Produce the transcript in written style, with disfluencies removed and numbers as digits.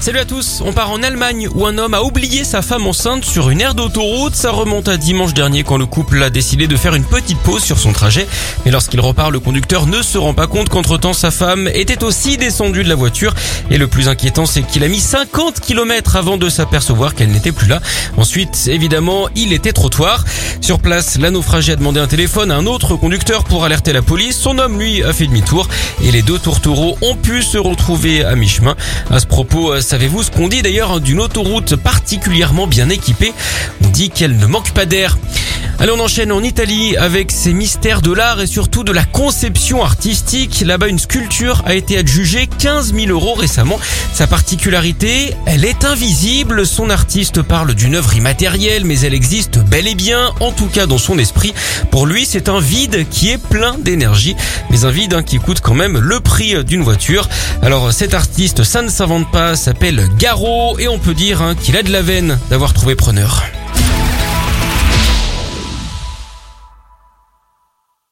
Salut à tous, on part en Allemagne où un homme a oublié sa femme enceinte sur une aire d'autoroute. Ça remonte à dimanche dernier quand le couple a décidé de faire une petite pause sur son trajet. Mais lorsqu'il repart, le conducteur ne se rend pas compte qu'entre-temps sa femme était aussi descendue de la voiture. Et le plus inquiétant, c'est qu'il a mis 50 km avant de s'apercevoir qu'elle n'était plus là. Ensuite, évidemment, il était trottoir. Sur place, la naufragée a demandé un téléphone à un autre conducteur pour alerter la police. Son homme, lui, a fait demi-tour et les deux tourtereaux ont pu se retrouver à mi-chemin. À ce propos, savez-vous ce qu'on dit d'ailleurs d'une autoroute particulièrement bien équipée? On dit qu'elle ne manque pas d'air. Allez, on enchaîne en Italie avec ces mystères de l'art et surtout de la conception artistique. Là-bas, une sculpture a été adjugée 15 000 € récemment. Sa particularité, elle est invisible. Son artiste parle d'une œuvre immatérielle, mais elle existe bel et bien, en tout cas dans son esprit. Pour lui, c'est un vide qui est plein d'énergie, mais un vide qui coûte quand même le prix d'une voiture. Alors cet artiste, ça ne s'invente pas, s'appelle Garo et on peut dire qu'il a de la veine d'avoir trouvé preneur.